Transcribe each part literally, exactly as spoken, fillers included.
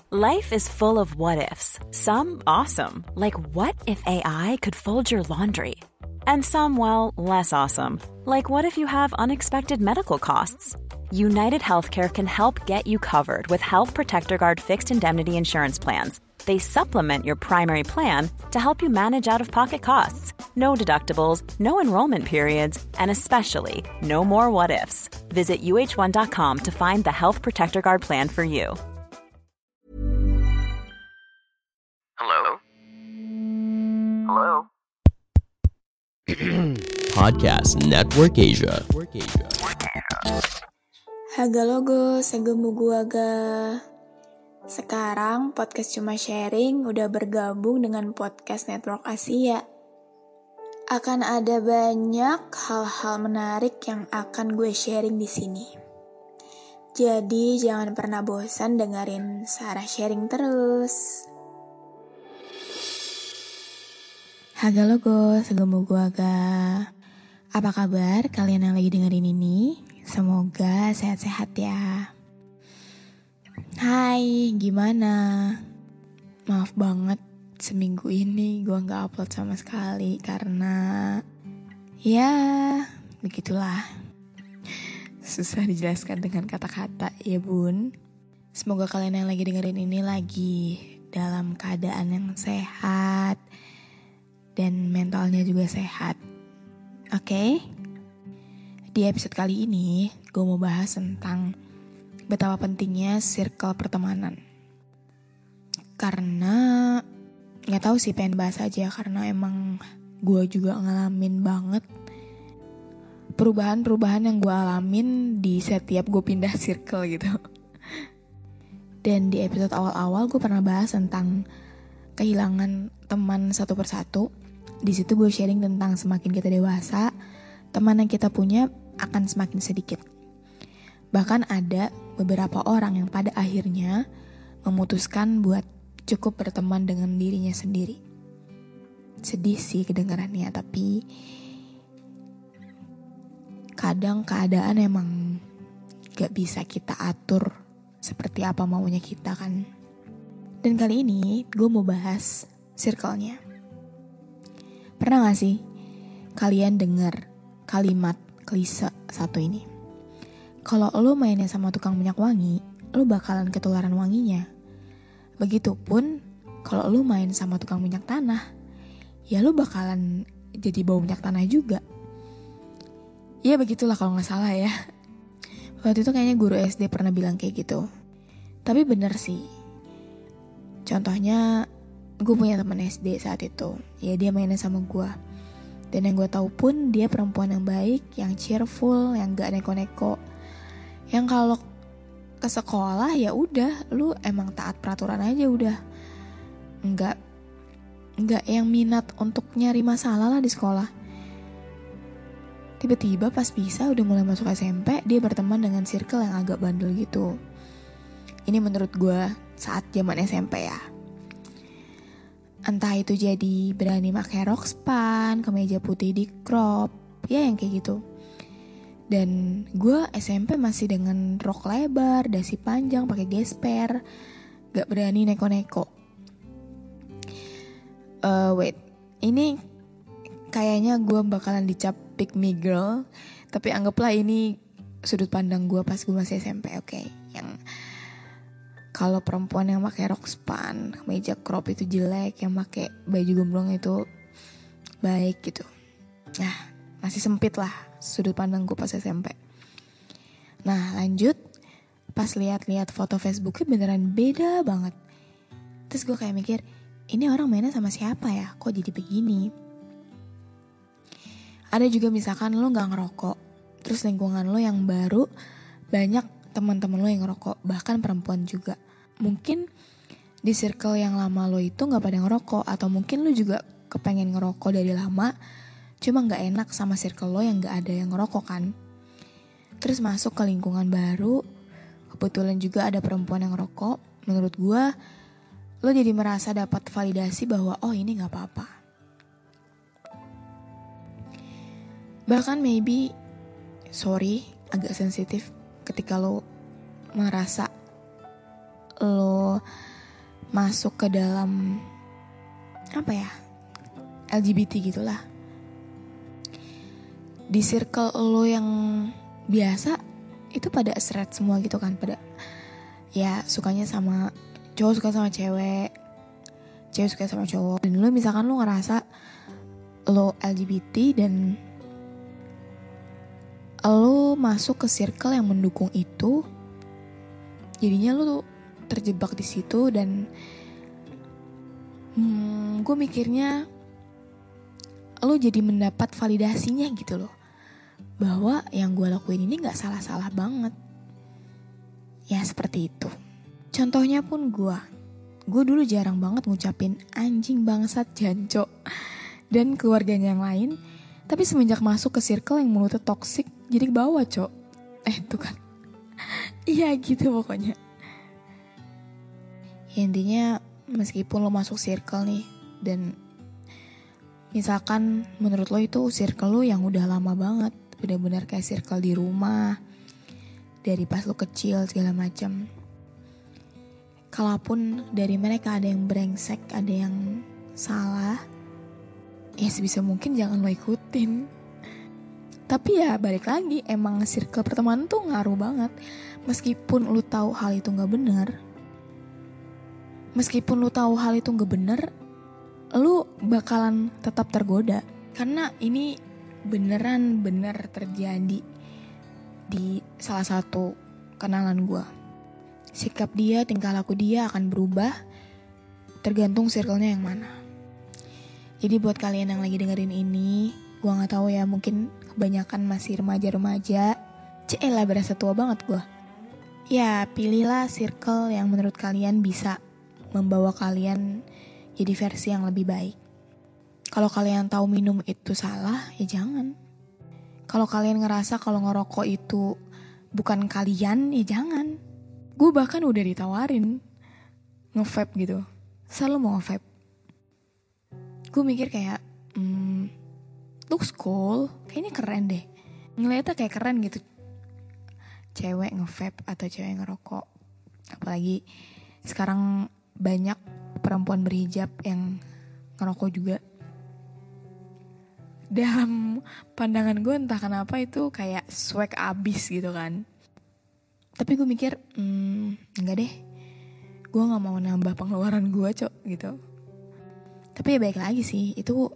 Life is full of what-ifs. Some awesome, like what if A I could fold your laundry? And some, well, less awesome, like what if you have unexpected medical costs? United Healthcare can help get you covered with Health Protector Guard fixed indemnity insurance plans. They supplement your primary plan to help you manage out-of-pocket costs. No deductibles, no enrollment periods, and especially no more what-ifs. Visit U H one dot com to find the Health Protector Guard plan for you. Hello? Hello? Podcast Network Asia. Haga logo, segemu gua ga. Sekarang podcast Cuma Sharing udah bergabung dengan Podcast Network Asia. Akan ada banyak hal-hal menarik yang akan gue sharing di sini. Jadi jangan pernah bosan dengerin Sarah sharing terus. Haga logo, segemu gua ga. Apa kabar kalian yang lagi dengerin ini? Semoga sehat-sehat ya. Hai, gimana? Maaf banget seminggu ini gue gak upload sama sekali karena ya begitulah. Susah dijelaskan dengan kata-kata ya bun. Semoga kalian yang lagi dengerin ini lagi dalam keadaan yang sehat dan mentalnya juga sehat. Oke? Okay? Di episode kali ini gue mau bahas tentang betapa pentingnya circle pertemanan. Karena gak tahu sih, pengen bahas aja karena emang gue juga ngalamin banget perubahan-perubahan yang gue alamin di setiap gue pindah circle gitu. Dan di episode awal-awal gue pernah bahas tentang kehilangan teman satu persatu. Di situ gue sharing tentang semakin kita dewasa, teman yang kita punya akan semakin sedikit. Bahkan ada beberapa orang yang pada akhirnya memutuskan buat cukup berteman dengan dirinya sendiri. Sedih sih kedengarannya, tapi kadang keadaan emang gak bisa kita atur seperti apa maunya kita kan. Dan kali ini gue mau bahas circle-nya. Pernah gak sih kalian dengar kalimat klise satu ini? Kalau lo mainnya sama tukang minyak wangi, lo bakalan ketularan wanginya. Begitupun kalau lo main sama tukang minyak tanah, ya lo bakalan jadi bau minyak tanah juga. Ya begitulah kalau gak salah ya. Waktu itu kayaknya guru S D pernah bilang kayak gitu. Tapi bener sih. Contohnya, gue punya teman S D saat itu. Ya dia mainnya sama gue. Dan yang gue tahu pun dia perempuan yang baik, yang cheerful, yang gak neko-neko. Yang kalau ke sekolah ya udah, lu emang taat peraturan aja udah. Enggak enggak yang minat untuk nyari masalah lah di sekolah. Tiba-tiba pas bisa udah mulai masuk S M P, dia berteman dengan circle yang agak bandel gitu. Ini menurut gue saat zaman S M P ya. Entah itu jadi berani pakai rok span, kemeja putih di crop, ya yang kayak gitu. Dan gue S M P masih dengan rok lebar, dasi panjang, pakai gesper, gak berani neko-neko. Uh, wait, ini kayaknya gue bakalan dicap pick me girl, tapi anggaplah ini sudut pandang gue pas gue masih S M P, oke? Okay? Yang kalau perempuan yang pakai rok span, kemeja crop itu jelek, yang pakai baju gombrong itu baik gitu. Nah, masih sempit lah sudut pandang gue pas S M P. Nah lanjut, pas lihat-lihat foto Facebooknya beneran beda banget. Terus gue kayak mikir, ini orang mainnya sama siapa ya? Kok jadi begini? Ada juga misalkan lo gak ngerokok, terus lingkungan lo yang baru banyak teman-teman lo yang ngerokok, bahkan perempuan juga. Mungkin di circle yang lama lo itu gak pada ngerokok, atau mungkin lo juga kepengen ngerokok dari lama, cuma gak enak sama circle lo yang gak ada yang ngerokok kan. Terus masuk ke lingkungan baru, kebetulan juga ada perempuan yang ngerokok. Menurut gue, lo jadi merasa dapat validasi bahwa oh ini gak apa-apa. Bahkan maybe, sorry, agak sensitif ketika lo merasa lo masuk ke dalam apa ya, L G B T gitulah. Di circle lo yang biasa itu pada straight semua gitu kan, pada ya sukanya sama cowok, suka sama cewek, cewek suka sama cowok. Dan lo misalkan lo ngerasa lo L G B T dan lo masuk ke circle yang mendukung itu, jadinya lo terjebak di situ. Dan hmm, gue mikirnya lo jadi mendapat validasinya gitu loh, bahwa yang gue lakuin ini gak salah-salah banget. Ya seperti itu. Contohnya pun gue Gue dulu jarang banget ngucapin anjing, bangsat, jancok dan keluarganya yang lain. Tapi semenjak masuk ke circle yang mulutnya toksik, jadi kebawa cok. Eh tuh kan. Iya gitu pokoknya. Ya, intinya meskipun lo masuk circle nih, dan misalkan menurut lo itu circle lo yang udah lama banget, benar-benar kayak circle di rumah, dari pas lo kecil segala macam. Kalaupun dari mereka ada yang brengsek, ada yang salah, ya sebisa mungkin jangan lo ikutin. Tapi ya balik lagi, emang circle pertemanan tuh ngaruh banget. Meskipun lo tahu hal itu nggak benar, meskipun lo tahu hal itu nggak benar, lo bakalan tetap tergoda. Karena ini beneran bener terjadi di salah satu kenalan gue. Sikap dia, tingkah laku dia akan berubah tergantung circle-nya yang mana. Jadi buat kalian yang lagi dengerin ini, gue gak tahu ya, mungkin kebanyakan masih remaja-remaja. Ceelah berasa tua banget gue. Ya pilihlah circle yang menurut kalian bisa membawa kalian jadi versi yang lebih baik. Kalau kalian tahu minum itu salah, ya jangan. Kalau kalian ngerasa kalau ngerokok itu bukan kalian, ya jangan. Gue bahkan udah ditawarin nge-vape gitu, selalu mau nge-vape. Gue mikir kayak, hmm, looks cool, kayaknya keren deh. Ngeliatnya kayak keren gitu, cewek nge-vape atau cewek ngerokok. Apalagi sekarang banyak perempuan berhijab yang ngerokok juga. Dalam pandangan gue entah kenapa itu kayak swag abis gitu kan. Tapi gue mikir, hmm, enggak deh, gue gak mau nambah pengeluaran gue cok gitu. Tapi ya baik lagi sih, itu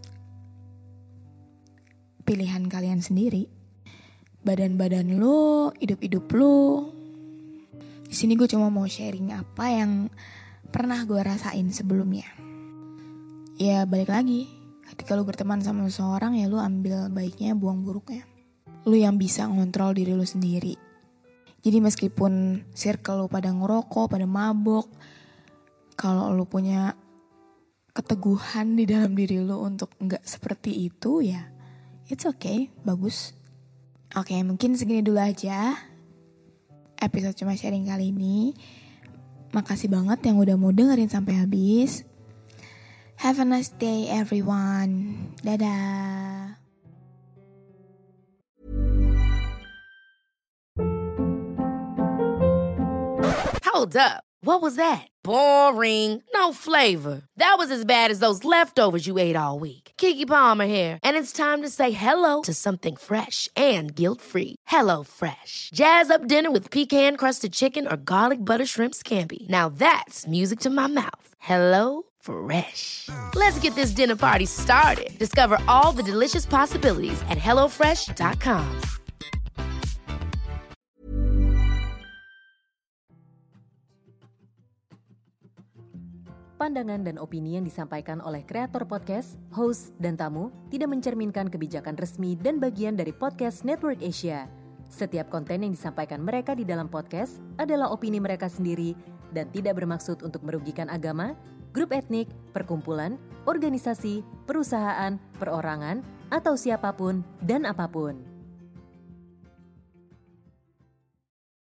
pilihan kalian sendiri. Badan-badan lo, hidup-hidup lo. Di sini gue cuma mau sharing apa yang pernah gue rasain sebelumnya. Ya balik lagi, ketika lo berteman sama seseorang, ya lo ambil baiknya, buang buruknya. Lo yang bisa ngontrol diri lo sendiri. Jadi meskipun circle lo pada ngerokok, pada mabok, kalau lo punya keteguhan di dalam diri lo untuk gak seperti itu, ya it's okay, bagus. Oke, mungkin segini dulu aja episode Cuma Sharing kali ini. Makasih banget yang udah mau dengerin sampai habis. Have a nice day everyone. Dadah. Hold up. What was that? Boring. No flavor. That was as bad as those leftovers you ate all week. Keke Palmer here, and it's time to say hello to something fresh and guilt-free. Hello Fresh. Jazz up dinner with pecan-crusted chicken or garlic butter shrimp scampi. Now that's music to my mouth. Hello Fresh. Let's get this dinner party started. Discover all the delicious possibilities at hello fresh dot com. Pandangan dan opini yang disampaikan oleh kreator podcast, host, dan tamu tidak mencerminkan kebijakan resmi dan bagian dari Podcast Network Asia. Setiap konten yang disampaikan mereka di dalam podcast adalah opini mereka sendiri dan tidak bermaksud untuk merugikan agama, grup etnik, perkumpulan, organisasi, perusahaan, perorangan, atau siapapun dan apapun.